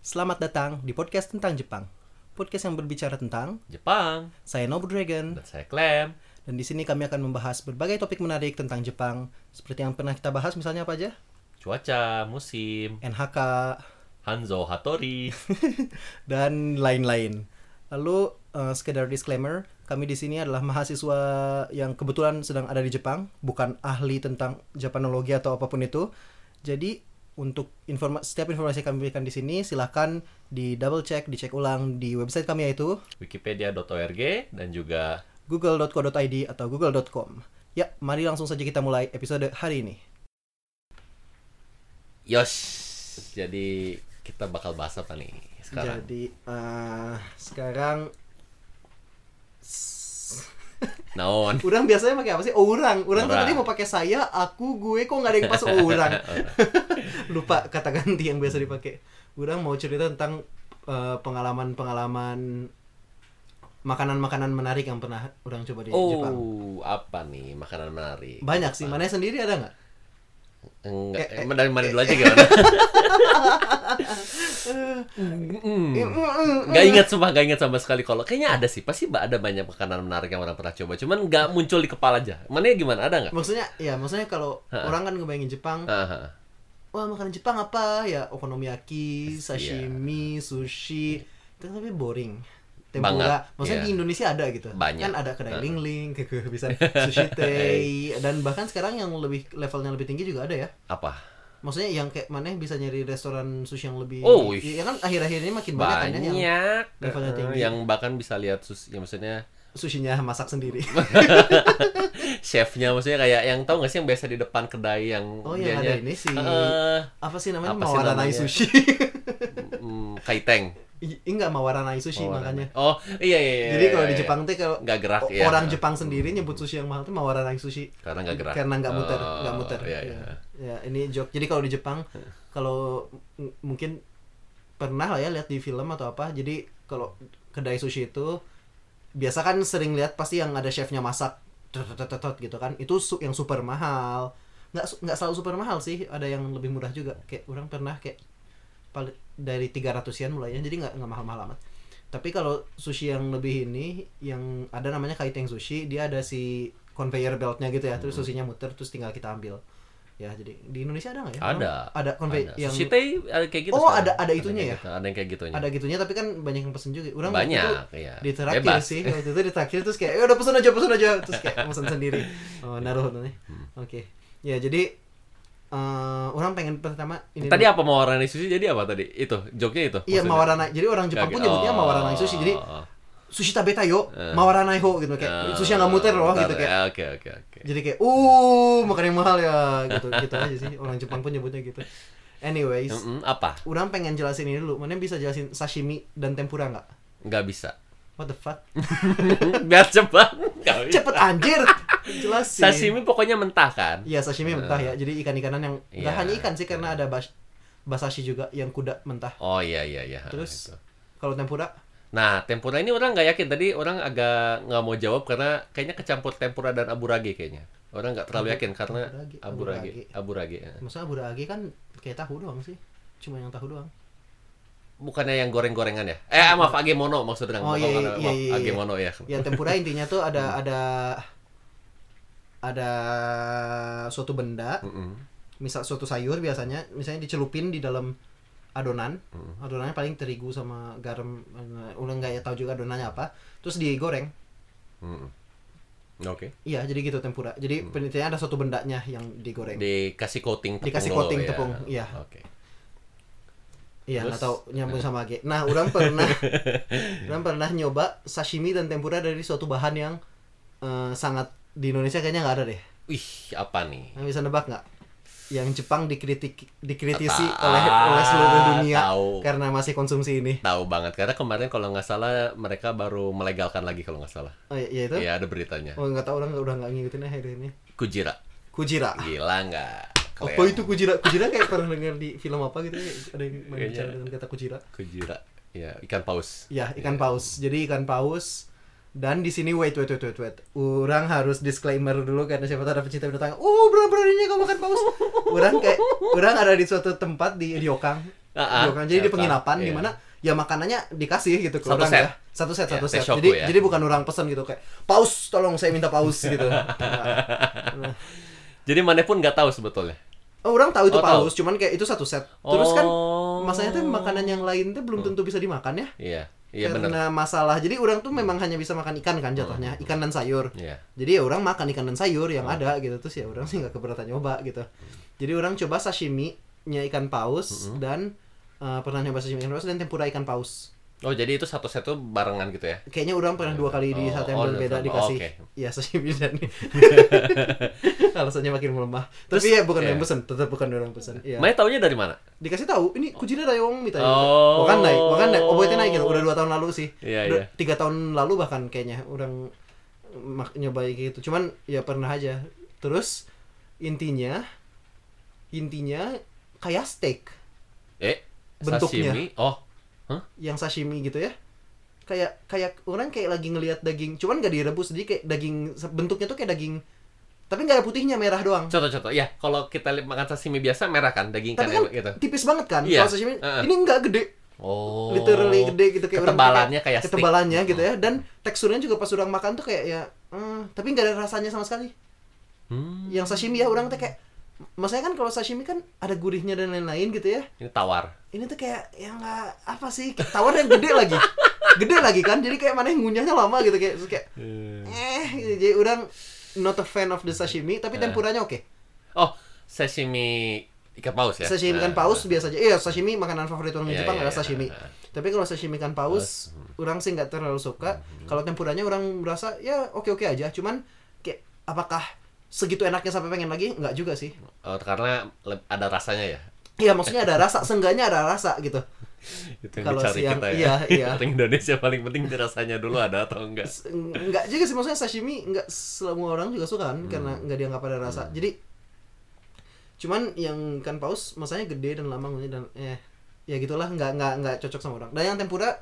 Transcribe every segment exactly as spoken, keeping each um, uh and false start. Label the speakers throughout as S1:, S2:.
S1: Selamat datang di podcast tentang Jepang. Podcast yang berbicara tentang
S2: Jepang.
S1: Saya Nobu Dragon.
S2: Dan saya Clem.
S1: Dan di sini kami akan membahas berbagai topik menarik tentang Jepang, seperti yang pernah kita bahas, misalnya apa aja?
S2: Cuaca, musim,
S1: N H K,
S2: Hanzo Hattori,
S1: dan lain-lain. Lalu uh, sekedar disclaimer, kami di sini adalah mahasiswa yang kebetulan sedang ada di Jepang, bukan ahli tentang Japanologi atau apapun itu. Jadi untuk informa- setiap informasi yang kami berikan di sini silahkan di double check, dicek ulang di website kami, yaitu
S2: wikipedia dot org dan juga
S1: google dot co dot id atau google dot com. Ya, mari langsung saja kita mulai episode hari ini.
S2: Yosh. Jadi kita bakal bahas apa nih sekarang?
S1: Jadi uh, sekarang
S2: Naon?
S1: Urang biasanya pakai apa sih? Oh, urang. Urang tuh
S2: Urang.
S1: tadi mau pakai saya, aku, gue, kok nggak ada yang pas oh, urang. Lupa kata ganti yang biasa dipakai. Urang mau cerita tentang uh, pengalaman-pengalaman makanan-makanan menarik yang pernah urang coba di
S2: Oh,
S1: Jepang.
S2: apa nih makanan menarik?
S1: Banyak sih.
S2: Apa?
S1: Mana sendiri ada nggak?
S2: Enggak,
S1: Eh, eh,
S2: eh, dari mana dulu aja gimana? Gak ingat sumpah, gak ingat sama sekali. Kalau kayaknya ada sih, pasti ada banyak makanan menarik yang orang pernah coba. Cuman gak muncul di kepala aja. Mana gimana, ada nggak?
S1: Maksudnya, ya maksudnya kalau
S2: Ha-ha.
S1: orang kan ngebayangin Jepang,
S2: Aha.
S1: wah makanan Jepang apa ya, okonomiyaki,
S2: Iya.
S1: sashimi, sushi, itu tapi boring. Tempura,
S2: Banget,
S1: maksudnya
S2: iya.
S1: di Indonesia ada gitu.
S2: Banyak.
S1: Kan ada kedai
S2: Heeh.
S1: lingling, bisa sushi tei, dan bahkan sekarang yang lebih levelnya lebih tinggi juga ada ya.
S2: Apa?
S1: Maksudnya yang kayak mana bisa nyari restoran sushi yang lebih,
S2: Oh,
S1: ya kan akhir-akhir ini makin banyak, kan ya yang
S2: Banyak.
S1: levelnya
S2: Eh,
S1: tinggi.
S2: Yang bahkan bisa lihat sus, ya maksudnya
S1: sushinya masak sendiri.
S2: chefnya, maksudnya kayak yang tahu nggak sih yang biasa di depan kedai yang
S1: Oh, yang
S2: dianya-
S1: ada ini sih.
S2: Eh,
S1: Apa sih namanya?
S2: Apa sih
S1: Mawaranai
S2: namanya?
S1: sushi.
S2: mm, kaiteng.
S1: I- enggak Mawaranai sushi makanya.
S2: Oh iya iya. iya
S1: Jadi kalau
S2: iya,
S1: di
S2: iya.
S1: Jepang tuh kalau
S2: nggak gerak
S1: o-
S2: ya.
S1: orang Jepang sendiri nyebut sushi yang mahal tuh Mawaranai sushi.
S2: Karena nggak gerak.
S1: Karena nggak muter,
S2: Oh,
S1: nggak muter.
S2: Iya
S1: Ya.
S2: iya.
S1: Ya, ini joke. Jadi kalau di Jepang, kalau m- mungkin pernah lah ya lihat di film atau apa. Jadi kalau kedai sushi itu biasa kan sering lihat pasti yang ada chefnya masak tetot gitu kan. Itu su- yang super mahal. Nggak su- nggak selalu super mahal sih. Ada yang lebih murah juga. Kayak orang pernah kayak paling dari tiga ratus yen mulainya. Jadi nggak nggak mahal-mahal amat. Tapi kalau sushi yang lebih ini, yang ada namanya kaiteng sushi, dia ada si conveyor beltnya gitu ya, terus sushinya muter, terus tinggal kita ambil. Ya, jadi di Indonesia ada nggak ya?
S2: Ada.
S1: Ada conveyor
S2: Ada.
S1: yang
S2: Sushi tei ada kayak gitu.
S1: Oh,
S2: sekarang.
S1: ada- ada itunya
S2: kayak
S1: ya?
S2: gitu. Ada yang kayak gitunya.
S1: ada gitunya, tapi kan banyak yang pesen juga. Orang waktu
S2: Banyak,
S1: itu
S2: iya.
S1: di terakhir
S2: Bebas.
S1: sih, waktu itu di terakhir terus kayak, "Eh, udah pesen aja, pesen aja." Terus kayak pesen sendiri. Oh, naruhodo nih.
S2: Hmm.
S1: Oke. Ya, jadi eh, orang pengen pertama ini
S2: Tadi apa Mawaranai sushi jadi apa tadi? Itu, joke-nya itu.
S1: Iya,
S2: maksudnya?
S1: Mawaranai. Jadi orang Jepang pun
S2: Gak-
S1: nyebutnya
S2: oh.
S1: Mawaranai sushi. Jadi sushi tabeta yo,
S2: Eh.
S1: Mawaranai ho gitu kayak sushi yang nggak muter loh
S2: Bentar,
S1: gitu kayak.
S2: ya, Oke oke oke.
S1: Jadi kayak uh makan yang mahal ya gitu gitu aja sih, orang Jepang pun nyebutnya gitu. Anyways,
S2: Mm-mm, apa?
S1: orang pengen jelasin ini dulu. Mana bisa jelasin sashimi dan tempura nggak?
S2: Nggak bisa.
S1: What the fuck?
S2: Biar cepat. Nggak bisa.
S1: Cepet anjir, jelasin.
S2: Sashimi pokoknya mentah kan?
S1: Iya, sashimi mentah ya. Jadi ikan-ikanan yang nggak
S2: Iya.
S1: hanya ikan sih, karena ada bas basashi juga yang kuda mentah.
S2: Oh iya iya iya.
S1: Terus
S2: Itu.
S1: kalau tempura,
S2: Nah, tempura ini orang nggak yakin. Tadi orang agak nggak mau jawab karena kayaknya kecampur tempura dan aburage kayaknya. Orang nggak terlalu
S1: Abu-
S2: yakin karena
S1: aburage,
S2: aburage, aburage. ya.
S1: maksudnya burage kan kayak tahu doang sih, cuma yang tahu doang.
S2: Bukannya yang goreng-gorengan ya? Eh, maaf, agemono maksudnya.
S1: Oh,
S2: Maaf,
S1: iya,
S2: maaf,
S1: iya, iya, iya.
S2: agemono ya.
S1: Ya, tempura intinya tuh ada ada ada suatu benda,
S2: Mm-mm.
S1: misal suatu sayur biasanya, misalnya dicelupin di dalam adonan,
S2: Mm.
S1: adonannya paling terigu sama garam, eh, udah nggak tahu juga adonannya apa, terus digoreng.
S2: Mm-mm. Oke.
S1: Iya, jadi gitu tempura. Jadi penelitiannya ada suatu bendanya yang digoreng.
S2: Dikasih coating tepung.
S1: Dikasih
S2: dulu,
S1: coating
S2: ya.
S1: tepung, iya.
S2: Oke.
S1: Iya,
S2: Terus?
S1: nggak tahu nyambung sama G. Nah, orang pernah orang pernah nyoba sashimi dan tempura dari suatu bahan yang eh, sangat di Indonesia kayaknya nggak ada deh.
S2: Wih, apa nih?
S1: Yang bisa nebak nggak? Yang Jepang dikritik dikritisi
S2: Tahu.
S1: oleh oleh seluruh dunia
S2: Tahu.
S1: karena masih konsumsi ini.
S2: Tahu banget karena kemarin kalau nggak salah mereka baru melegalkan lagi kalau nggak salah.
S1: Oh iya, iya itu?
S2: Iya, ada beritanya.
S1: Oh, nggak tahu, orang udah nggak ngikutin aja ini.
S2: Kujira.
S1: Kujira.
S2: Gila nggak?
S1: Apa
S2: Keren.
S1: itu kujira? Kujira kayak pernah dengar di film apa gitu ya? Ada yang main
S2: Kayaknya.
S1: bicara dengan kata kujira.
S2: Kujira. Ya, ikan paus.
S1: Ya, ikan paus. Jadi ikan paus. Dan di sini wait wait wait wait wait. Orang harus disclaimer dulu karena siapa tahu ada pecinta binatang. Oh, berani-beraninya kau makan paus. Orang kayak orang ada di suatu tempat di Ryokang.
S2: Ah, ah,
S1: Gitu kan. Jadi di
S2: shelter,
S1: penginapan
S2: iya.
S1: di mana ya makanannya dikasih gitu ke
S2: Satu
S1: orang
S2: set.
S1: ya. Satu set,
S2: Ya,
S1: satu set.
S2: teshoku
S1: Jadi
S2: ya.
S1: jadi bukan orang pesen gitu kayak paus, tolong saya minta paus gitu. Nah,
S2: Jadi mana pun nggak tahu sebetulnya.
S1: oh, orang tahu itu
S2: Oh, tahu.
S1: paus, cuman kayak itu satu set. Terus kan
S2: Oh.
S1: masalahnya tuh makanan yang lain tuh belum tentu bisa dimakan ya.
S2: Iya, iya benar.
S1: Karena masalah. Jadi orang tuh memang hanya bisa makan ikan kan jatuhnya, ikan dan sayur.
S2: Iya.
S1: Jadi ya orang makan ikan dan sayur yang ada gitu, terus ya orang sih nggak keberatan nyoba gitu. Jadi orang coba sashimi-nya ikan paus dan uh, pernah nyoba sashimi ikan paus dan tempura ikan paus.
S2: Oh, jadi itu satu set tuh barengan gitu ya?
S1: Kayaknya orang pernah dua kali di
S2: Oh,
S1: saat yang
S2: oh,
S1: berbeda
S2: oh,
S1: dikasih.
S2: oke.
S1: Ya sashimi dan alasannya makin melemah. Tapi ya bukan
S2: iya.
S1: yang pesen, tetap bukan orang pesen. Iya.
S2: Mai taunya dari mana?
S1: Dikasih tahu ini kujira dayong mita.
S2: Oh.
S1: Wakan naik, wakan naik. Oh, itu naik gitu. Udah dua tahun lalu sih.
S2: Iya,
S1: Udah
S2: iya.
S1: tiga tahun lalu bahkan kayaknya orang mak- nyobain kayak gitu. Cuman ya pernah aja. Terus intinya intinya kayak steak
S2: Eh,
S1: Bentuknya.
S2: sashimi. Oh,
S1: yang sashimi gitu ya. Kayak kayak orang kayak lagi ngelihat daging, cuman gak direbus, jadi kayak daging bentuknya tuh kayak daging tapi nggak ada putihnya, merah doang.
S2: contoh-contoh. Ya, kalau kita li- makan sashimi biasa merah kan, daging
S1: Tapi
S2: kan
S1: kan
S2: gitu.
S1: tipis banget kan.
S2: Iya.
S1: Kalau sashimi
S2: Uh-uh.
S1: ini enggak gede.
S2: Oh.
S1: Literally gede gitu kayak orang
S2: ketebalannya
S1: pakai-
S2: kayak steak.
S1: ketebalannya gitu ya, dan teksturnya juga pas orang makan tuh kayak ya eh, tapi nggak ada rasanya sama sekali.
S2: Hmm,
S1: Yang sashimi ya orang tuh kayak, maksudnya kan kalau sashimi kan ada gurihnya dan lain-lain gitu ya.
S2: ini tawar.
S1: Ini tuh kayak ya nggak apa sih, kayak tawar yang gede lagi. Gede lagi kan, jadi kayak mana yang ngunyahnya lama gitu kayak terus kayak eh gitu. Jadi orang not a fan of the sashimi, tapi tempuranya oke.
S2: Oh, sashimi ikan paus ya?
S1: Sashimi ikan
S2: Nah,
S1: paus biasa aja. Iya, sashimi makanan favorit orang di
S2: Iya,
S1: Jepang
S2: iya,
S1: adalah
S2: iya.
S1: sashimi. Tapi kalau sashimi ikan paus, orang sih nggak terlalu suka. Kalau tempuranya orang merasa ya oke-oke aja. Cuman kayak apakah segitu enaknya sampai pengen lagi? Nggak juga sih.
S2: Oh, karena le- ada rasanya ya.
S1: Iya, maksudnya ada rasa, seenggaknya ada rasa gitu.
S2: Itu yang
S1: Kalau
S2: dicari
S1: siang-
S2: kita ya.
S1: iya, iya.
S2: Orang Indonesia paling penting rasanya dulu ada atau enggak.
S1: S- Nggak juga sih, maksudnya sashimi nggak semua orang juga suka kan, karena nggak dianggap ada rasa. Jadi cuman yang ikan paus masanya gede dan lama ngunyah dan eh ya gitulah, nggak nggak nggak cocok sama orang. Dan yang tempura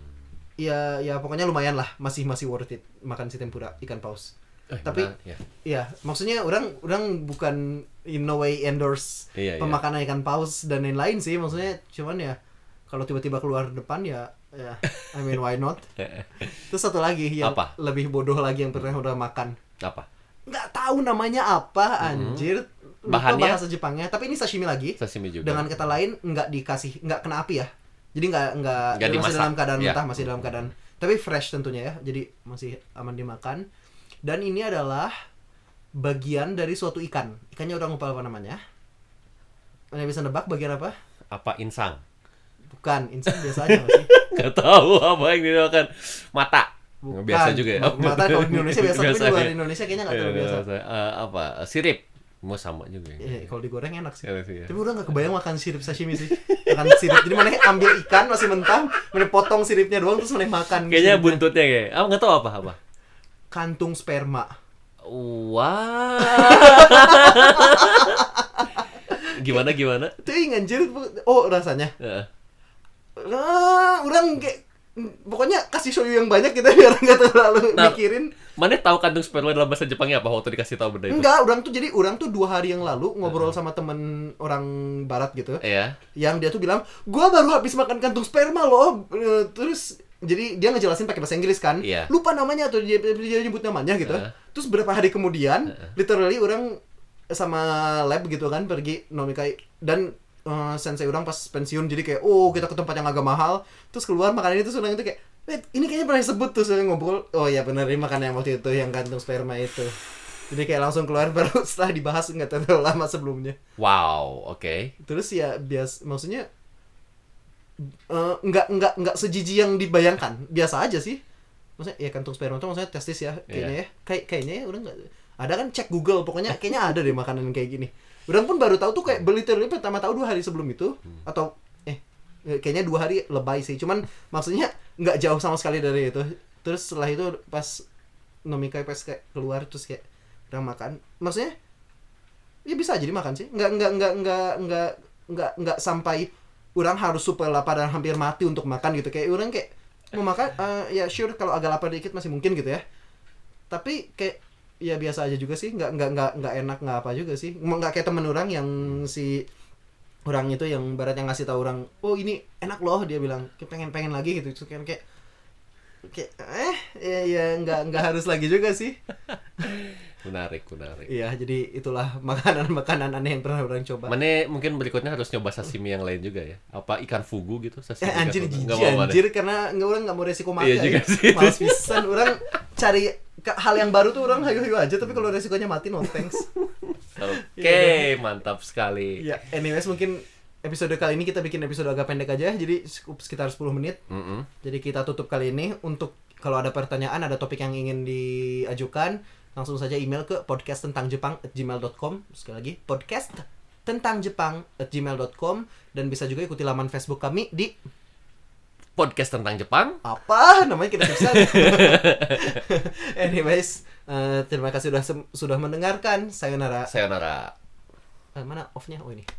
S1: ya ya pokoknya lumayan lah, masih masih worth it makan si tempura ikan paus.
S2: Eh,
S1: Tapi
S2: benar, ya.
S1: ya maksudnya orang orang bukan in no way endorse
S2: Iya, iya.
S1: pemakanan ikan paus dan lain-lain sih, maksudnya cuman ya kalau tiba-tiba keluar depan ya ya I mean why not. Terus satu lagi yang
S2: Apa?
S1: lebih bodoh lagi yang pernah udah makan,
S2: Apa?
S1: nggak tahu namanya apa anjir. Lupa
S2: Bahannya?
S1: bahasa Jepangnya, tapi ini sashimi lagi.
S2: Sashimi juga.
S1: Dengan kata lain nggak dikasih, nggak kena api ya. Jadi nggak nggak
S2: Nggak
S1: masih
S2: dimasak.
S1: dalam keadaan
S2: Ya.
S1: mentah, masih dalam keadaan tapi fresh tentunya ya. Jadi masih aman dimakan. Dan ini adalah bagian dari suatu ikan. Ikannya udah lupa apa namanya. Anda bisa nebak bagian apa?
S2: Apa insang?
S1: Bukan, insang biasa aja nggak sih?
S2: Gak tahu apa yang dimakan. Mata.
S1: Bukan.
S2: Biasa juga ya.
S1: Ma- Mata kalau di Indonesia biasa, tapi di luar
S2: ya.
S1: Indonesia kayaknya nggak terlalu
S2: Iya,
S1: biasa.
S2: Eh, apa? Sirip. Mau sama juga.
S1: Eh, kalau digoreng enak sih.
S2: Iya sih, ya.
S1: Tapi udah gak kebayang makan sirip sashimi sih. Makan sirip. Jadi mana ambil ikan masih mentah, mana potong siripnya doang terus mana makan.
S2: Kayaknya
S1: siripnya.
S2: buntutnya kayak. Aku nggak tahu apa apa.
S1: Kantung sperma.
S2: Wah. Gimana gimana?
S1: Tuh anjir. Oh, rasanya.
S2: Heeh.
S1: Ah, orang kayak pokoknya kasih shoyu yang banyak kita biar nggak terlalu
S2: Nah,
S1: mikirin.
S2: Mana tahu kantung sperma dalam bahasa Jepangnya apa waktu dikasih tahu benda itu?
S1: Enggak, orang tuh jadi orang tuh dua hari yang lalu ngobrol sama temen orang barat gitu.
S2: Iya.
S1: Yang dia tuh bilang, gua baru habis makan kantung sperma loh. Eh, Terus jadi dia ngejelasin pakai bahasa Inggris kan.
S2: Iya.
S1: Lupa namanya atau dia, dia nyebut namanya gitu.
S2: Heeh.
S1: Terus beberapa hari kemudian, literally orang sama lab gitu kan pergi nomikai dan eh, sensei orang pas pensiun, jadi kayak oh kita ke tempat yang agak mahal, terus keluar makan ini, terus orang itu kayak "Wait, ini kayaknya pernah disebut tuh." Saya ngobrol, oh ya benar, ini makan yang waktu itu yang kantung sperma itu. Jadi kayak langsung keluar baru setelah dibahas nggak terlalu lama sebelumnya.
S2: Wow, oke.
S1: Terus ya bias maksudnya eh, nggak nggak nggak sejijik yang dibayangkan, biasa aja sih. Maksudnya ya kantung sperma itu maksudnya testis ya kayaknya ya. Kayak kayaknya ya udah nggak ada kan, cek Google pokoknya kayaknya ada deh makanan kayak gini. Udah pun baru tahu tuh kayak beli literally pertama tahu dua hari sebelum itu atau eh kayaknya dua hari lebay sih. Cuman maksudnya nggak jauh sama sekali dari itu. Terus setelah itu pas nomikai pas kayak keluar terus kayak udah makan. Maksudnya ya bisa aja dimakan sih. Nggak nggak nggak nggak nggak nggak nggak sampai orang harus super lapar dan hampir mati untuk makan gitu. Kayak orang kayak mau makan eh, ya sure kalau agak lapar dikit masih mungkin gitu ya. Tapi kayak ya biasa aja juga sih, nggak nggak nggak nggak enak nggak apa juga sih, nggak kayak temen orang yang si orang itu yang baratnya ngasih tahu orang, oh ini enak loh, dia bilang pengen pengen lagi gitu. Terus kan kayak kayak eh ya ya nggak nggak harus lagi juga sih.
S2: Menarik, menarik.
S1: Iya, jadi itulah makanan-makanan aneh yang pernah orang coba.
S2: Mana mungkin berikutnya harus nyoba sashimi yang lain juga ya. Apa ikan fugu gitu sashimi.
S1: Eh, anjir
S2: ikan fugu.
S1: jijik
S2: Nggak mau
S1: anjir karena nggak orang nggak mau resiko makan.
S2: Iya juga
S1: ya.
S2: sih.
S1: Males pisan orang cari ke- hal yang baru tuh orang hayu-hayu aja, tapi kalau resikonya mati no thanks.
S2: Oke,
S1: Iya,
S2: mantap sekali.
S1: Ya, anyways mungkin episode kali ini kita bikin episode agak pendek aja, jadi cukup sekitar sepuluh menit.
S2: Mm-mm.
S1: Jadi kita tutup kali ini. Untuk kalau ada pertanyaan, ada topik yang ingin diajukan, langsung saja email ke podcast tentang jepang at gmail dot com. Sekali lagi, podcast tentang jepang at gmail dot com. Dan bisa juga ikuti laman Facebook kami di
S2: Podcast tentang Jepang.
S1: apa namanya, kita bisa. Anyways, eh, terima kasih sudah sudah mendengarkan. Sayonara.
S2: Sayonara.
S1: Eh, mana off-nya? Oh ini.